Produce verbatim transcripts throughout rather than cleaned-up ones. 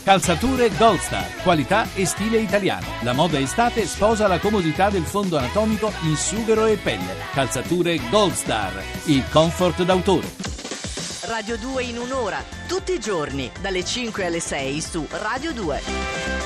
Calzature Gold Star, qualità e stile italiano. La moda estate sposa la comodità del fondo anatomico in sughero e pelle. Calzature Gold Star, il comfort d'autore. Radio due in un'ora, tutti i giorni, dalle cinque alle sei su Radio due.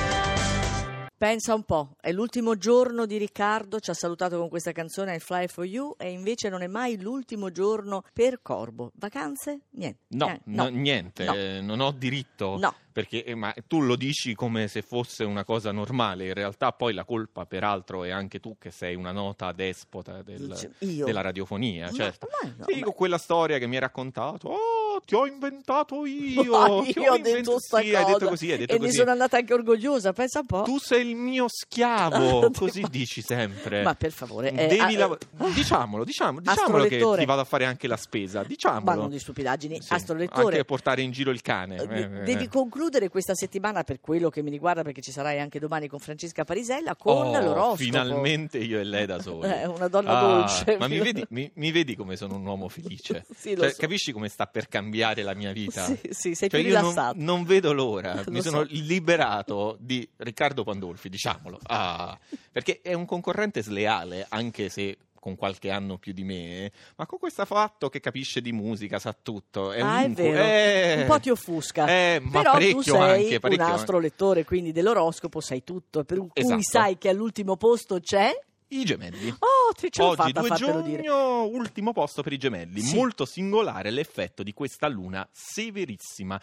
Pensa un po', è l'ultimo giorno di Riccardo, ci ha salutato con questa canzone I Fly For You, e invece non è mai l'ultimo giorno per Corbo. Vacanze? Niente. No, eh, no. no niente, No. Eh, non ho diritto. No. Perché, eh, ma tu lo dici come se fosse una cosa normale, in realtà poi la colpa peraltro è anche tu che sei una nota despota del, Io? della radiofonia, No, certo. ma no, sì, ma- con quella storia che mi hai raccontato, oh, ti ho inventato io, Ma ti io ho invent- detto sta sì, cosa hai detto così, hai detto e così. ne sono andata anche orgogliosa, pensa un po'. Tu sei il mio schiavo, così dici sempre. Ma per favore, eh, Devi ah, lav- eh, diciamolo, diciamo, diciamolo che Astrolettore. ti vado a fare anche la spesa, diciamolo. ma non di stupidaggini, Sì, astrolettore. anche portare in giro il cane. Eh, eh, eh. Devi concludere questa settimana, per quello che mi riguarda, perché ci sarai anche domani con Francesca Parisella, con Oh, l'oroscopo. finalmente io e lei da soli. Eh, una donna Ah, dolce. Ma mi vedi, mi, mi vedi come sono un uomo felice? Sì, lo Cioè, so. Capisci come sta per cambiare la mia vita? Sì, sì, sei Cioè, più io non, rilassato. non vedo l'ora. Lo Mi so. sono liberato di Riccardo Pandolfi, diciamolo. Ah, perché è un concorrente sleale, anche se con qualche anno più di me, ma con questo fatto che capisce di musica, sa tutto. È Ah, un è incu- vero, eh, un po' ti offusca. eh, ma Però tu parecchio sei anche, parecchio un anche. astrolettore, quindi dell'oroscopo sai tutto, per cui Esatto. sai che all'ultimo posto c'è. I gemelli. Oh, ti ce l'ho Oggi fatta a due fartelo dire. giugno, ultimo posto per i gemelli. Sì. Molto singolare l'effetto di questa luna severissima,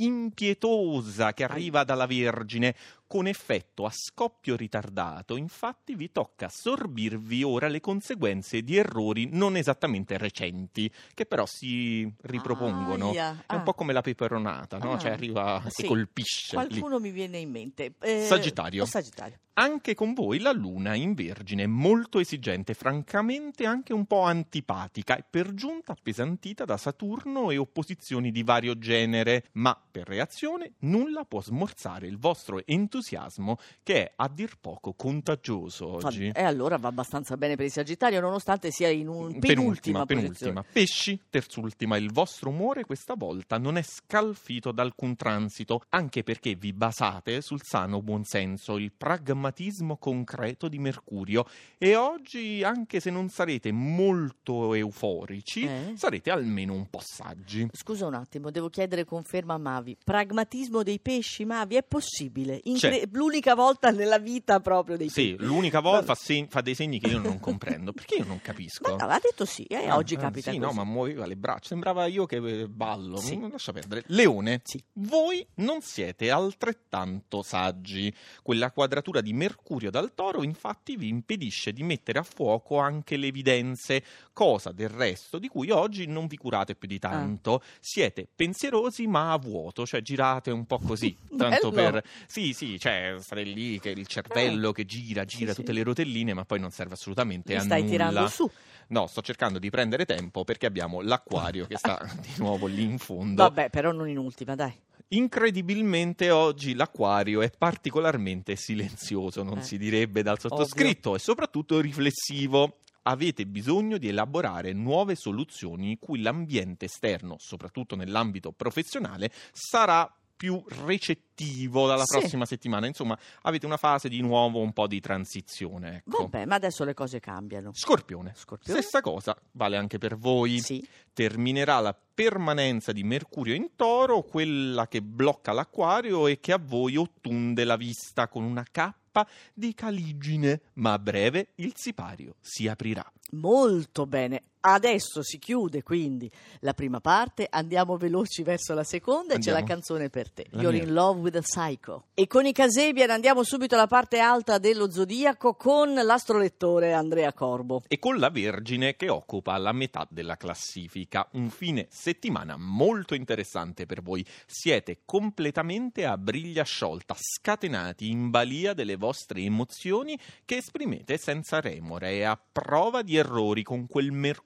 impietosa, che arriva dalla Vergine, con effetto a scoppio ritardato. Infatti vi tocca sorbirvi ora le conseguenze di errori non esattamente recenti, che però si ripropongono. Aia, È un ah. po' come la peperonata, no? Ah, Cioè arriva sì. e colpisce. lì. Qualcuno mi viene in mente. Eh, Sagittario. oh, Sagittario. Anche con voi la luna in Vergine è molto esigente, francamente anche un po' antipatica e per giunta appesantita da Saturno e opposizioni di vario genere, ma per reazione nulla può smorzare il vostro entusiasmo, che è a dir poco contagioso oggi. E allora va abbastanza bene per il Sagittario, nonostante sia in un penultima, penultima, penultima. posizione. Pesci, terzultima. Il vostro umore questa volta non è scalfito da alcun transito, anche perché vi basate sul sano buonsenso, il pragmatismo concreto di Mercurio, e oggi, anche se non sarete molto euforici, Eh? sarete almeno un po' saggi. Scusa un attimo, devo chiedere conferma a Mavi. Pragmatismo dei pesci, Mavi, è possibile? Incre- C'è. L'unica volta nella vita proprio dei Sì, pesci. l'unica volta Vabbè. fa, seg- fa dei segni che io non comprendo, perché io non capisco. Ma no, ha detto sì, eh, Ah, oggi ah, capita sì, così. no, ma muoveva le braccia, sembrava io che eh, ballo. Sì. Non lascia perdere. Leone, Sì. voi non siete altrettanto saggi. Quella quadratura di Mercurio dal Toro infatti vi impedisce di mettere a fuoco anche le evidenze, cosa del resto di cui oggi non vi curate più di tanto. Siete pensierosi ma a vuoto, cioè girate un po' così, tanto Bello. per... Sì, sì, cioè stare lì che il cervello Eh. che gira, gira Sì, tutte sì. le rotelline, ma poi non serve assolutamente Mi a stai nulla. tirando su. No, sto cercando di prendere tempo perché abbiamo l'acquario che sta di nuovo lì in fondo. Vabbè, però non in ultima, dai. Incredibilmente oggi l'acquario è particolarmente silenzioso, non Eh. si direbbe dal sottoscritto, e soprattutto riflessivo. Avete bisogno di elaborare nuove soluzioni in cui l'ambiente esterno, soprattutto nell'ambito professionale, sarà più recettivo dalla Sì. prossima settimana. Insomma, avete una fase di nuovo un po' di transizione. Ecco. Vabbè, ma adesso le cose cambiano. Scorpione. Scorpione? Stessa cosa vale anche per voi. Sì. Terminerà la permanenza di Mercurio in Toro, quella che blocca l'acquario e che a voi ottunde la vista con una cappa di caligine, ma a breve il sipario si aprirà. Molto bene. Adesso si chiude quindi la prima parte, andiamo veloci verso la seconda e c'è Andiamo. la canzone per te, La You're mia. in Love with a Psycho. E con i Casebian andiamo subito alla parte alta dello zodiaco con l'astrolettore Andrea Corbo. E con la Vergine che occupa la metà della classifica. Un fine settimana molto interessante per voi. Siete completamente a briglia sciolta, scatenati in balia delle vostre emozioni che esprimete senza remore e a prova di errori con quel Mercurio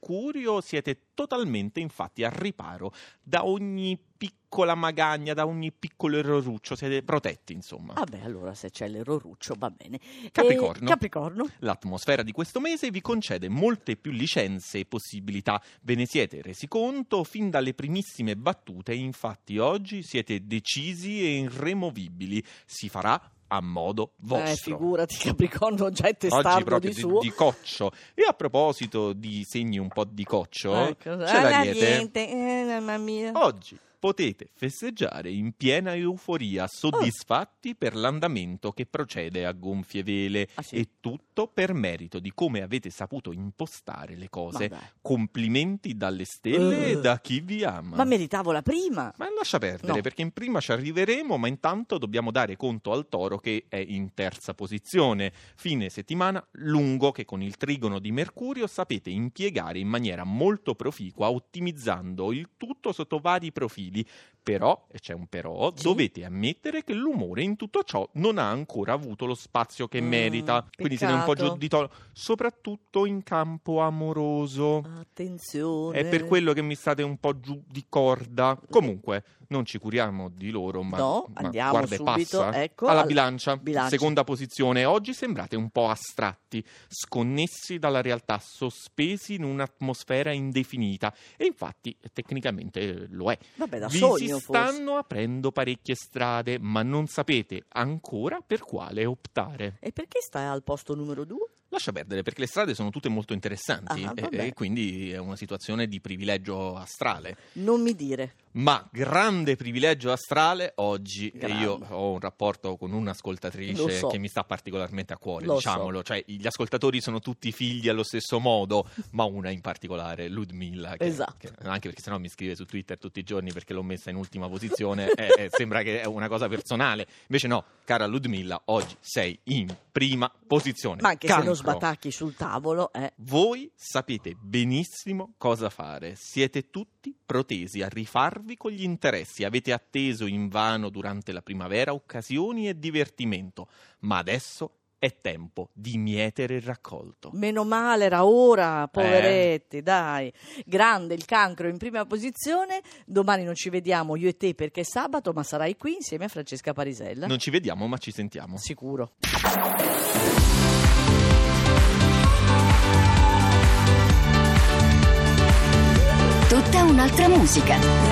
Mercurio siete totalmente infatti a riparo da ogni piccola magagna, da ogni piccolo erroruccio, siete protetti insomma. Vabbè, allora se c'è l'erroruccio va bene. Capricorno. E... Capricorno. L'atmosfera di questo mese vi concede molte più licenze e possibilità. Ve ne siete resi conto fin dalle primissime battute, infatti oggi siete decisi e irremovibili. Si farà a modo vostro. Eh, figurati, Capricorno già è testardo oggi proprio di di, suo. di coccio. E a proposito di segni un po' di coccio, Ecco. ce Ah, l'avete? niente, eh, mamma mia. Oggi potete festeggiare in piena euforia, soddisfatti per l'andamento che procede a gonfie vele. Ah, sì? E tutto per merito di come avete saputo impostare le cose. Ma dai. Complimenti dalle stelle Uh. e da chi vi ama. Ma meritavo la prima. Ma lascia perdere, No. perché in prima ci arriveremo, ma intanto dobbiamo dare conto al Toro che è in terza posizione. Fine settimana lungo che con il trigono di Mercurio sapete impiegare in maniera molto proficua, ottimizzando il tutto sotto vari profili. Però, e c'è un però, Sì? dovete ammettere che l'umore in tutto ciò non ha ancora avuto lo spazio che Mm, merita. Quindi siete un po' peccato. giù di tono, soprattutto in campo amoroso. Attenzione. È per quello che mi state un po' giù di corda. Comunque, non ci curiamo di loro, ma, No, ma andiamo guarda e subito, passa. ecco, Alla al- bilancia, bilancia. seconda posizione. Oggi sembrate un po' astratti, sconnessi dalla realtà, sospesi in un'atmosfera indefinita. E infatti, tecnicamente lo è. Vabbè, da Vi sogno si forse. stanno aprendo parecchie strade, ma non sapete ancora per quale optare. E perché stai al posto numero due? Lascia perdere, perché le strade sono tutte molto interessanti Ah, e, vabbè. e quindi è una situazione di privilegio astrale. Non mi dire. Ma grande privilegio astrale oggi, e Grande. io ho un rapporto con Lo un'ascoltatrice so. che mi sta particolarmente a cuore, Lo diciamolo, cioè gli ascoltatori sono tutti figli allo stesso modo, ma una in particolare, Ludmilla, che, Esatto. che- anche perché sennò mi scrive su Twitter tutti i giorni perché l'ho messa in ultima posizione e, e sembra che è una cosa personale, invece no, cara Ludmilla, oggi sei in prima posizione. Ma anche se Cancro. non sbatacchi sul tavolo, eh. Voi sapete benissimo cosa fare, siete tutti protesi a rifarvi con gli interessi, avete atteso invano durante la primavera occasioni e divertimento, ma adesso è tempo di mietere il raccolto. Meno male, era ora, poveretti, dai. Grande il Cancro in prima posizione. Domani non ci vediamo io e te perché è sabato, ma sarai qui insieme a Francesca Parisella. Non ci vediamo, ma ci sentiamo. Sicuro. Tutta un'altra musica.